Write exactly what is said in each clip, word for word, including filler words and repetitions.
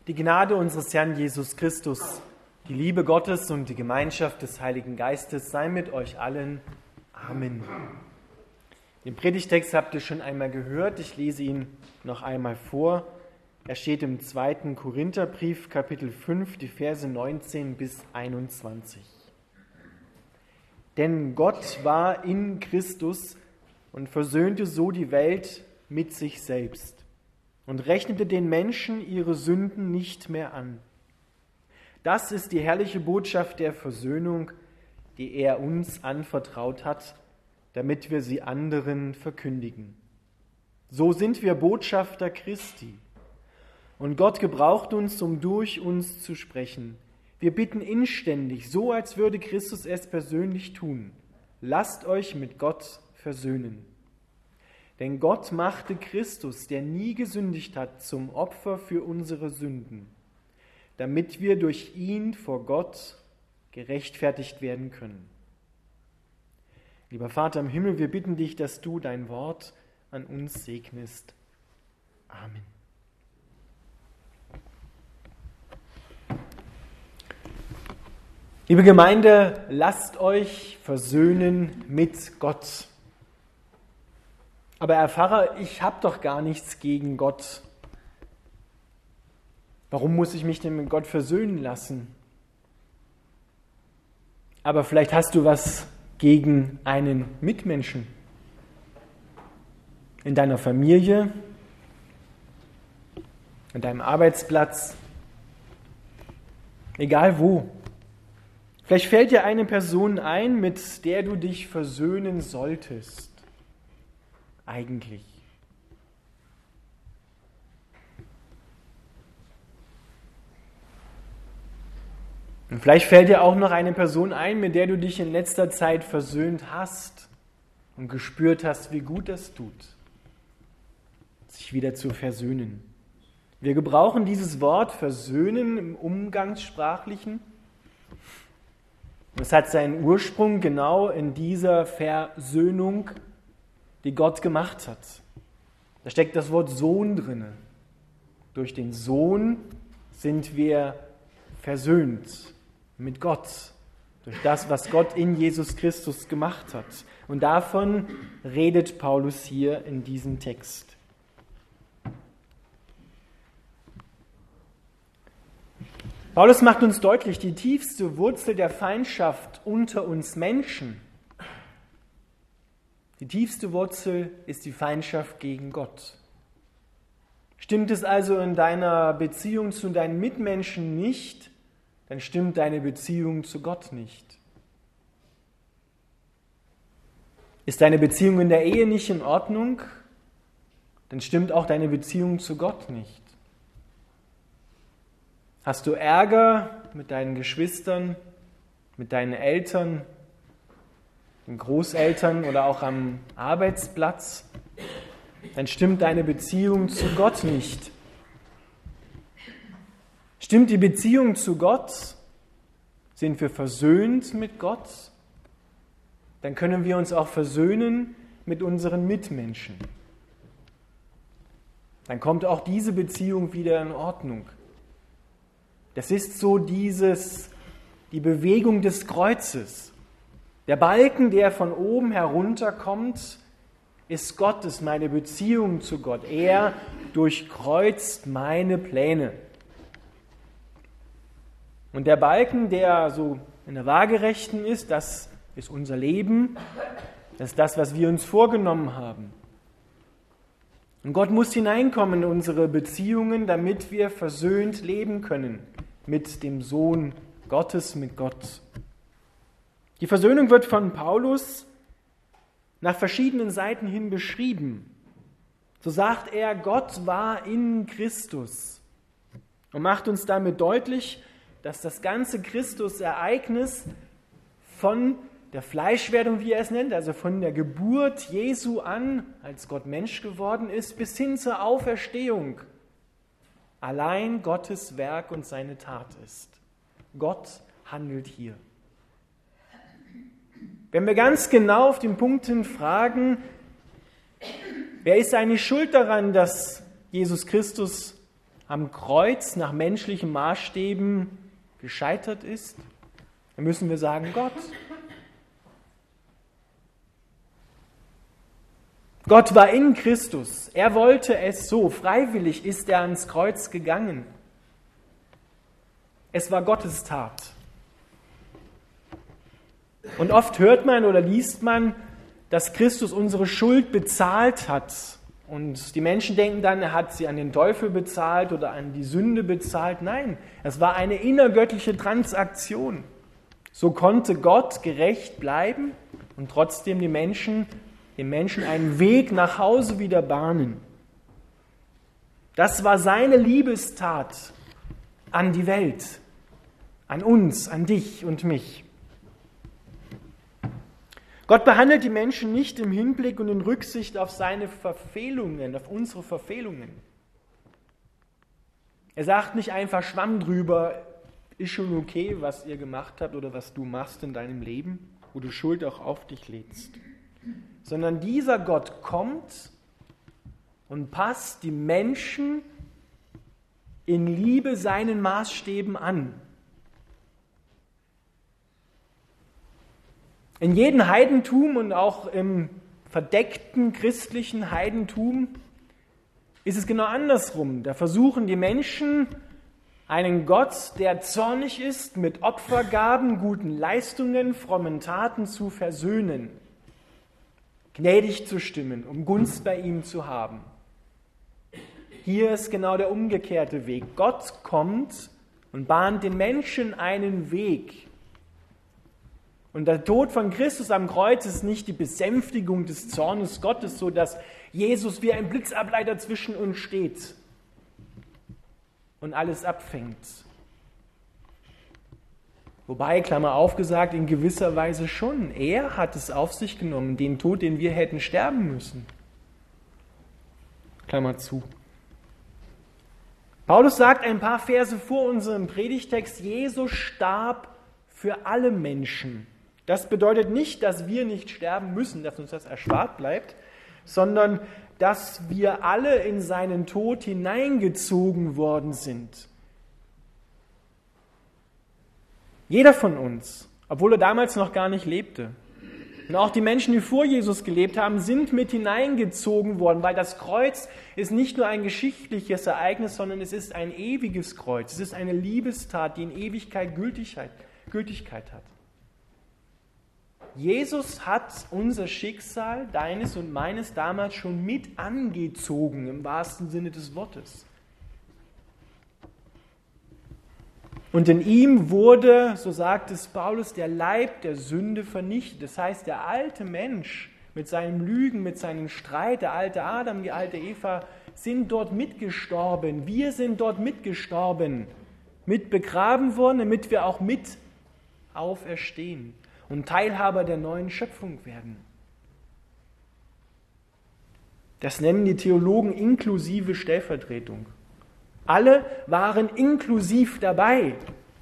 Die Gnade unseres Herrn Jesus Christus, die Liebe Gottes und die Gemeinschaft des Heiligen Geistes sei mit euch allen. Amen. Den Predigtext habt ihr schon einmal gehört. Ich lese ihn noch einmal vor. Er steht im zweiten Korintherbrief, Kapitel fünf, die Verse neunzehn bis einundzwanzig. Denn Gott war in Christus und versöhnte so die Welt mit sich selbst und rechnete den Menschen ihre Sünden nicht mehr an. Das ist die herrliche Botschaft der Versöhnung, die er uns anvertraut hat, damit wir sie anderen verkündigen. So sind wir Botschafter Christi. Und Gott gebraucht uns, um durch uns zu sprechen. Wir bitten inständig, so als würde Christus es persönlich tun. Lasst euch mit Gott versöhnen. Denn Gott machte Christus, der nie gesündigt hat, zum Opfer für unsere Sünden, damit wir durch ihn vor Gott gerechtfertigt werden können. Lieber Vater im Himmel, wir bitten dich, dass du dein Wort an uns segnest. Amen. Liebe Gemeinde, lasst euch versöhnen mit Gott. Aber Herr Pfarrer, ich habe doch gar nichts gegen Gott. Warum muss ich mich denn mit Gott versöhnen lassen? Aber vielleicht hast du was gegen einen Mitmenschen. In deiner Familie, an deinem Arbeitsplatz, egal wo. Vielleicht fällt dir eine Person ein, mit der du dich versöhnen solltest. Eigentlich. Und vielleicht fällt dir auch noch eine Person ein, mit der du dich in letzter Zeit versöhnt hast und gespürt hast, wie gut es tut, sich wieder zu versöhnen. Wir gebrauchen dieses Wort versöhnen im Umgangssprachlichen. Es hat seinen Ursprung genau in dieser Versöhnung, die Gott gemacht hat. Da steckt das Wort Sohn drin. Durch den Sohn sind wir versöhnt mit Gott. Durch das, was Gott in Jesus Christus gemacht hat. Und davon redet Paulus hier in diesem Text. Paulus macht uns deutlich, die tiefste Wurzel der Feindschaft unter uns Menschen, die tiefste Wurzel ist die Feindschaft gegen Gott. Stimmt es also in deiner Beziehung zu deinen Mitmenschen nicht, dann stimmt deine Beziehung zu Gott nicht. Ist deine Beziehung in der Ehe nicht in Ordnung, dann stimmt auch deine Beziehung zu Gott nicht. Hast du Ärger mit deinen Geschwistern, mit deinen Eltern, den Großeltern oder auch am Arbeitsplatz, dann stimmt deine Beziehung zu Gott nicht. Stimmt die Beziehung zu Gott? Sind wir versöhnt mit Gott? Dann können wir uns auch versöhnen mit unseren Mitmenschen. Dann kommt auch diese Beziehung wieder in Ordnung. Das ist so dieses, die Bewegung des Kreuzes. Der Balken, der von oben herunterkommt, ist Gott, ist meine Beziehung zu Gott. Er durchkreuzt meine Pläne. Und der Balken, der so in der Waagerechten ist, das ist unser Leben, das ist das, was wir uns vorgenommen haben. Und Gott muss hineinkommen in unsere Beziehungen, damit wir versöhnt leben können mit dem Sohn Gottes, mit Gott. Die Versöhnung wird von Paulus nach verschiedenen Seiten hin beschrieben. So sagt er, Gott war in Christus und macht uns damit deutlich, dass das ganze Christus-Ereignis von der Fleischwerdung, wie er es nennt, also von der Geburt Jesu an, als Gott Mensch geworden ist, bis hin zur Auferstehung, allein Gottes Werk und seine Tat ist. Gott handelt hier. Wenn wir ganz genau auf den Punkt hin fragen, wer ist eigentlich schuld daran, dass Jesus Christus am Kreuz nach menschlichen Maßstäben gescheitert ist, dann müssen wir sagen, Gott. Gott war in Christus. Er wollte es so. Freiwillig ist er ans Kreuz gegangen. Es war Gottes Tat. Und oft hört man oder liest man, dass Christus unsere Schuld bezahlt hat. Und die Menschen denken dann, er hat sie an den Teufel bezahlt oder an die Sünde bezahlt. Nein, es war eine innergöttliche Transaktion. So konnte Gott gerecht bleiben und trotzdem die Menschen, den Menschen einen Weg nach Hause wieder bahnen. Das war seine Liebestat an die Welt, an uns, an dich und mich. Gott behandelt die Menschen nicht im Hinblick und in Rücksicht auf seine Verfehlungen, auf unsere Verfehlungen. Er sagt nicht einfach Schwamm drüber, ist schon okay, was ihr gemacht habt oder was du machst in deinem Leben, wo du Schuld auch auf dich lädst. Sondern dieser Gott kommt und passt die Menschen in Liebe seinen Maßstäben an. In jedem Heidentum und auch im verdeckten christlichen Heidentum ist es genau andersrum. Da versuchen die Menschen, einen Gott, der zornig ist, mit Opfergaben, guten Leistungen, frommen Taten zu versöhnen, gnädig zu stimmen, um Gunst bei ihm zu haben. Hier ist genau der umgekehrte Weg. Gott kommt und bahnt den Menschen einen Weg. Und der Tod von Christus am Kreuz ist nicht die Besänftigung des Zornes Gottes, so dass Jesus wie ein Blitzableiter zwischen uns steht und alles abfängt. Wobei, Klammer aufgesagt, in gewisser Weise schon. Er hat es auf sich genommen, den Tod, den wir hätten sterben müssen. Klammer zu. Paulus sagt ein paar Verse vor unserem Predigtext, Jesus starb für alle Menschen. Das bedeutet nicht, dass wir nicht sterben müssen, dass uns das erspart bleibt, sondern dass wir alle in seinen Tod hineingezogen worden sind. Jeder von uns, obwohl er damals noch gar nicht lebte. Und auch die Menschen, die vor Jesus gelebt haben, sind mit hineingezogen worden, weil das Kreuz ist nicht nur ein geschichtliches Ereignis, sondern es ist ein ewiges Kreuz. Es ist eine Liebestat, die in Ewigkeit Gültigkeit, Gültigkeit hat. Jesus hat unser Schicksal, deines und meines, damals schon mit angezogen, im wahrsten Sinne des Wortes. Und in ihm wurde, so sagt es Paulus, der Leib der Sünde vernichtet. Das heißt, der alte Mensch mit seinem Lügen, mit seinem Streit, der alte Adam, die alte Eva, sind dort mitgestorben. Wir sind dort mitgestorben, mit begraben worden, damit wir auch mit auferstehen und Teilhaber der neuen Schöpfung werden. Das nennen die Theologen inklusive Stellvertretung. Alle waren inklusiv dabei.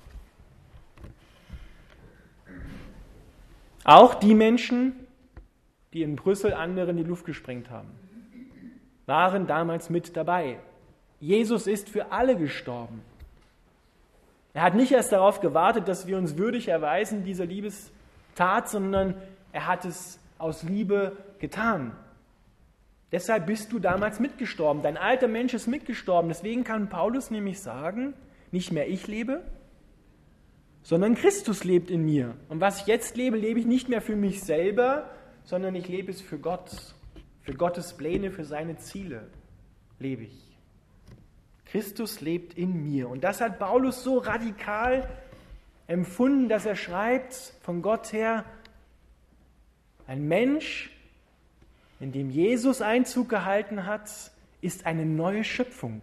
Auch die Menschen, die in Brüssel anderen die Luft gesprengt haben, waren damals mit dabei. Jesus ist für alle gestorben. Er hat nicht erst darauf gewartet, dass wir uns würdig erweisen dieser Liebestat, sondern er hat es aus Liebe getan. Deshalb bist du damals mitgestorben. Dein alter Mensch ist mitgestorben. Deswegen kann Paulus nämlich sagen, nicht mehr ich lebe, sondern Christus lebt in mir. Und was ich jetzt lebe, lebe ich nicht mehr für mich selber, sondern ich lebe es für Gott. Für Gottes Pläne, für seine Ziele lebe ich. Christus lebt in mir. Und das hat Paulus so radikal empfunden, dass er schreibt, von Gott her, ein Mensch, in dem Jesus Einzug gehalten hat, ist eine neue Schöpfung.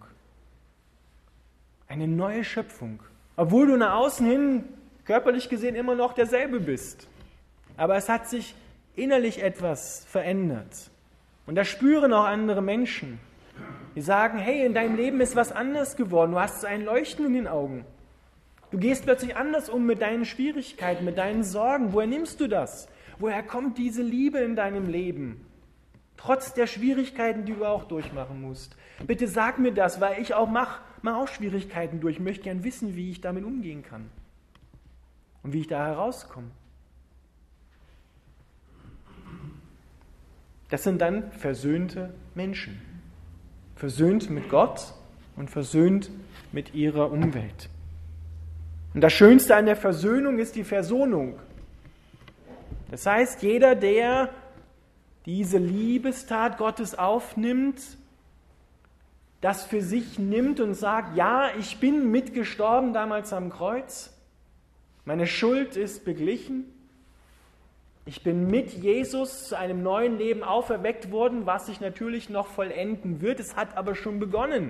Eine neue Schöpfung. Obwohl du nach außen hin, körperlich gesehen, immer noch derselbe bist. Aber es hat sich innerlich etwas verändert. Und das spüren auch andere Menschen. Die sagen, hey, in deinem Leben ist was anders geworden. Du hast ein Leuchten in den Augen. Du gehst plötzlich anders um mit deinen Schwierigkeiten, mit deinen Sorgen. Woher nimmst du das? Woher kommt diese Liebe in deinem Leben? Trotz der Schwierigkeiten, die du auch durchmachen musst. Bitte sag mir das, weil ich auch mache mach auch Schwierigkeiten durch. Ich möchte gern wissen, wie ich damit umgehen kann. Und wie ich da herauskomme. Das sind dann versöhnte Menschen. Versöhnt mit Gott und versöhnt mit ihrer Umwelt. Und das Schönste an der Versöhnung ist die Versöhnung. Das heißt, jeder, der diese Liebestat Gottes aufnimmt, das für sich nimmt und sagt, ja, ich bin mitgestorben damals am Kreuz, meine Schuld ist beglichen, ich bin mit Jesus zu einem neuen Leben auferweckt worden, was sich natürlich noch vollenden wird, es hat aber schon begonnen.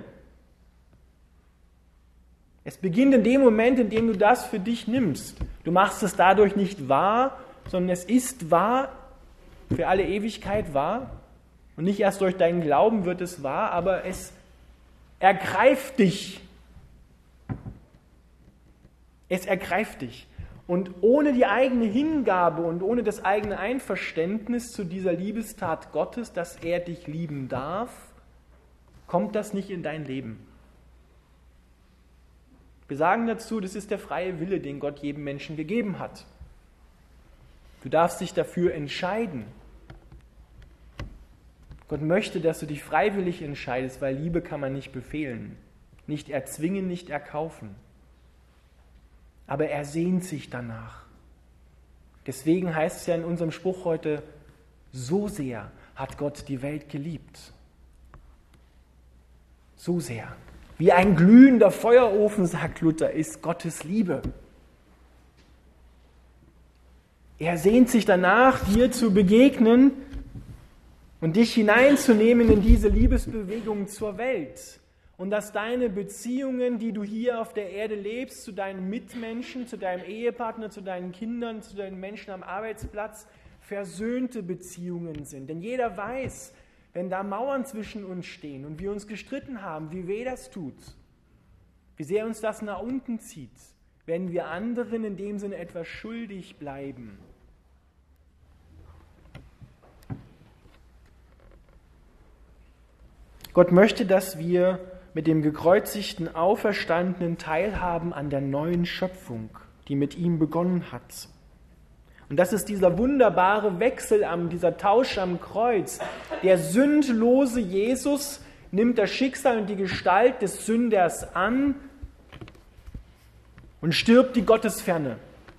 Es beginnt in dem Moment, in dem du das für dich nimmst. Du machst es dadurch nicht wahr, sondern es ist wahr, für alle Ewigkeit wahr. Und nicht erst durch deinen Glauben wird es wahr, aber es ergreift dich. Es ergreift dich. Und ohne die eigene Hingabe und ohne das eigene Einverständnis zu dieser Liebestat Gottes, dass er dich lieben darf, kommt das nicht in dein Leben. Wir sagen dazu, das ist der freie Wille, den Gott jedem Menschen gegeben hat. Du darfst dich dafür entscheiden. Gott möchte, dass du dich freiwillig entscheidest, weil Liebe kann man nicht befehlen, nicht erzwingen, nicht erkaufen. Aber er sehnt sich danach. Deswegen heißt es ja in unserem Spruch heute, so sehr hat Gott die Welt geliebt. So sehr. Wie ein glühender Feuerofen, sagt Luther, ist Gottes Liebe. Er sehnt sich danach, dir zu begegnen und dich hineinzunehmen in diese Liebesbewegung zur Welt. Und dass deine Beziehungen, die du hier auf der Erde lebst, zu deinen Mitmenschen, zu deinem Ehepartner, zu deinen Kindern, zu deinen Menschen am Arbeitsplatz, versöhnte Beziehungen sind. Denn jeder weiß, wenn da Mauern zwischen uns stehen und wir uns gestritten haben, wie weh das tut, wie sehr uns das nach unten zieht, wenn wir anderen in dem Sinne etwas schuldig bleiben. Gott möchte, dass wir mit dem gekreuzigten Auferstandenen teilhaben an der neuen Schöpfung, die mit ihm begonnen hat. Und das ist dieser wunderbare Wechsel, dieser Tausch am Kreuz. Der sündlose Jesus nimmt das Schicksal und die Gestalt des Sünders an und stirbt die Gottesferne,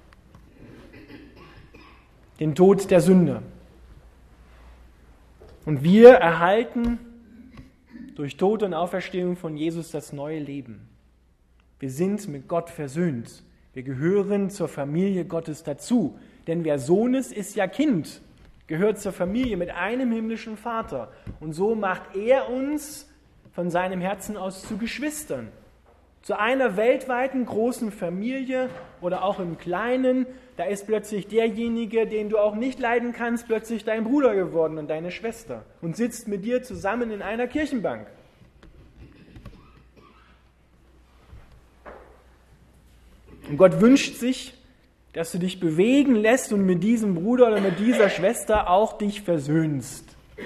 den Tod der Sünde. Und wir erhalten durch Tod und Auferstehung von Jesus das neue Leben. Wir sind mit Gott versöhnt. Wir gehören zur Familie Gottes dazu. Denn wer Sohn ist, ist ja Kind, gehört zur Familie mit einem himmlischen Vater. Und so macht er uns von seinem Herzen aus zu Geschwistern. Zu einer weltweiten großen Familie oder auch im Kleinen. Da ist plötzlich derjenige, den du auch nicht leiden kannst, plötzlich dein Bruder geworden und deine Schwester und sitzt mit dir zusammen in einer Kirchenbank. Und Gott wünscht sich, dass du dich bewegen lässt und mit diesem Bruder oder mit dieser Schwester auch dich versöhnst.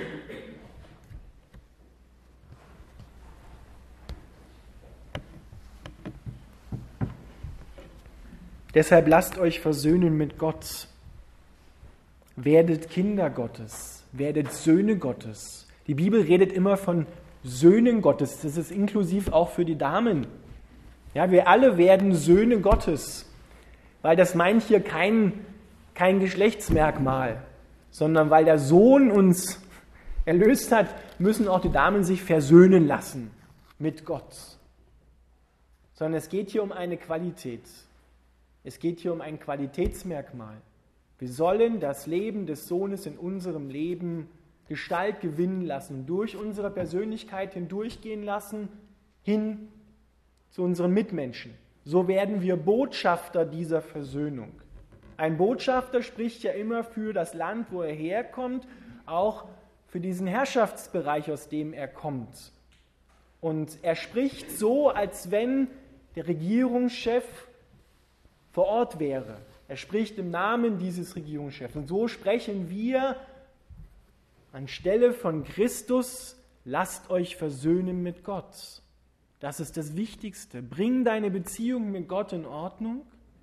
Deshalb lasst euch versöhnen mit Gott. Werdet Kinder Gottes, werdet Söhne Gottes. Die Bibel redet immer von Söhnen Gottes, das ist inklusiv auch für die Damen. Ja, wir alle werden Söhne Gottes, weil das meint hier kein, kein Geschlechtsmerkmal, sondern weil der Sohn uns erlöst hat, müssen auch die Damen sich versöhnen lassen mit Gott. Sondern es geht hier um eine Qualität. Es geht hier um ein Qualitätsmerkmal. Wir sollen das Leben des Sohnes in unserem Leben Gestalt gewinnen lassen, durch unsere Persönlichkeit hindurchgehen lassen, hin zu unseren Mitmenschen. So werden wir Botschafter dieser Versöhnung. Ein Botschafter spricht ja immer für das Land, wo er herkommt, auch für diesen Herrschaftsbereich, aus dem er kommt. Und er spricht so, als wenn der Regierungschef vor Ort wäre. Er spricht im Namen dieses Regierungschefs. Und so sprechen wir Anstelle von Christus, lasst euch versöhnen mit Gott. Das ist das Wichtigste. Bring deine Beziehung mit Gott in Ordnung.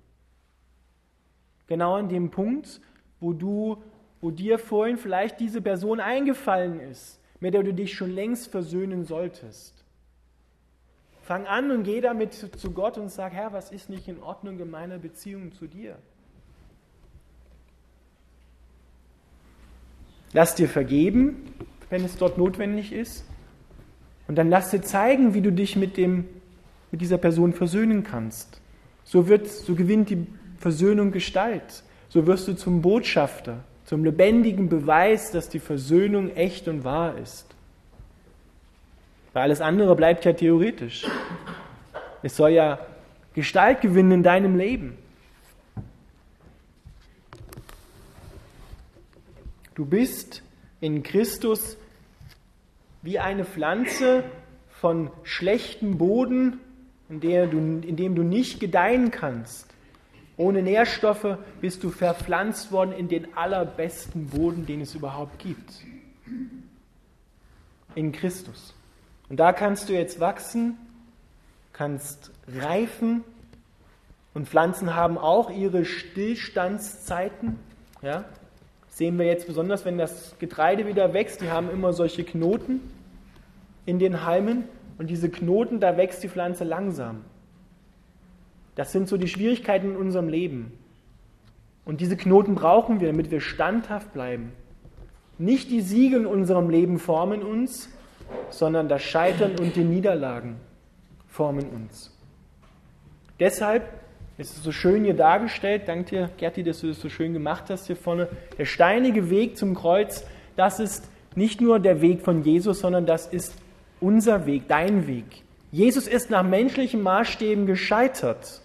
Genau an dem Punkt, wo du, wo dir vorhin vielleicht diese Person eingefallen ist, mit der du dich schon längst versöhnen solltest. Fang an und geh damit zu Gott und sag, Herr, was ist nicht in Ordnung in meiner Beziehung zu dir? Lass dir vergeben, wenn es dort notwendig ist. Und dann lass dir zeigen, wie du dich mit, dem, mit dieser Person versöhnen kannst. So, wird, so gewinnt die Versöhnung Gestalt. So wirst du zum Botschafter, zum lebendigen Beweis, dass die Versöhnung echt und wahr ist. Weil alles andere bleibt ja theoretisch. Es soll ja Gestalt gewinnen in deinem Leben. Du bist in Christus wie eine Pflanze von schlechtem Boden, in, der du, in dem du nicht gedeihen kannst. Ohne Nährstoffe bist du verpflanzt worden in den allerbesten Boden, den es überhaupt gibt. In Christus. Und da kannst du jetzt wachsen, kannst reifen, und Pflanzen haben auch ihre Stillstandszeiten. Ja? Sehen wir jetzt besonders, wenn das Getreide wieder wächst, die haben immer solche Knoten in den Halmen, und diese Knoten, da wächst die Pflanze langsam. Das sind so die Schwierigkeiten in unserem Leben. Und diese Knoten brauchen wir, damit wir standhaft bleiben. Nicht die Siege in unserem Leben formen uns, sondern das Scheitern und die Niederlagen formen uns. Deshalb ist es so schön hier dargestellt, danke dir, Gerti, dass du das so schön gemacht hast hier vorne, der steinige Weg zum Kreuz, das ist nicht nur der Weg von Jesus, sondern das ist unser Weg, dein Weg. Jesus ist nach menschlichen Maßstäben gescheitert.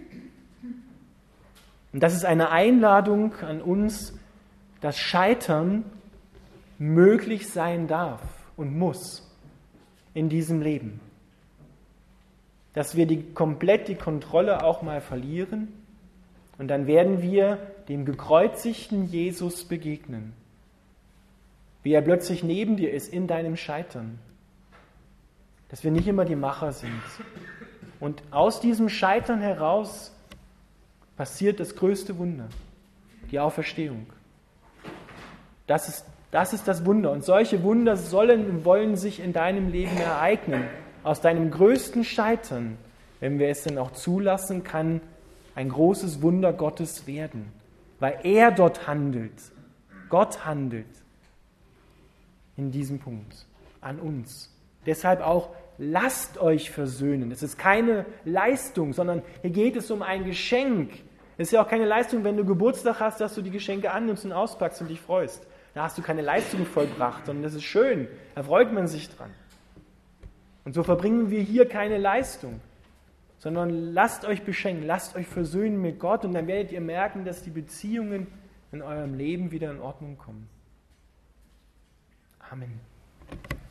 Und das ist eine Einladung an uns, dass Scheitern möglich sein darf und muss in diesem Leben. Dass wir die, komplett die Kontrolle auch mal verlieren, und dann werden wir dem gekreuzigten Jesus begegnen. Wie er plötzlich neben dir ist in deinem Scheitern. Dass wir nicht immer die Macher sind. Und aus diesem Scheitern heraus passiert das größte Wunder, die Auferstehung. Das ist, das ist das Wunder. Und solche Wunder sollen und wollen sich in deinem Leben ereignen. Aus deinem größten Scheitern, wenn wir es denn auch zulassen, kann ein großes Wunder Gottes werden. Weil er dort handelt. Gott handelt in diesem Punkt an uns. Deshalb auch, lasst euch versöhnen. Es ist keine Leistung, sondern hier geht es um ein Geschenk. Es ist ja auch keine Leistung, wenn du Geburtstag hast, dass du die Geschenke annimmst und auspackst und dich freust. Da hast du keine Leistung vollbracht, sondern das ist schön. Da freut man sich dran. Und so verbringen wir hier keine Leistung, sondern lasst euch beschenken, lasst euch versöhnen mit Gott, und dann werdet ihr merken, dass die Beziehungen in eurem Leben wieder in Ordnung kommen. Amen.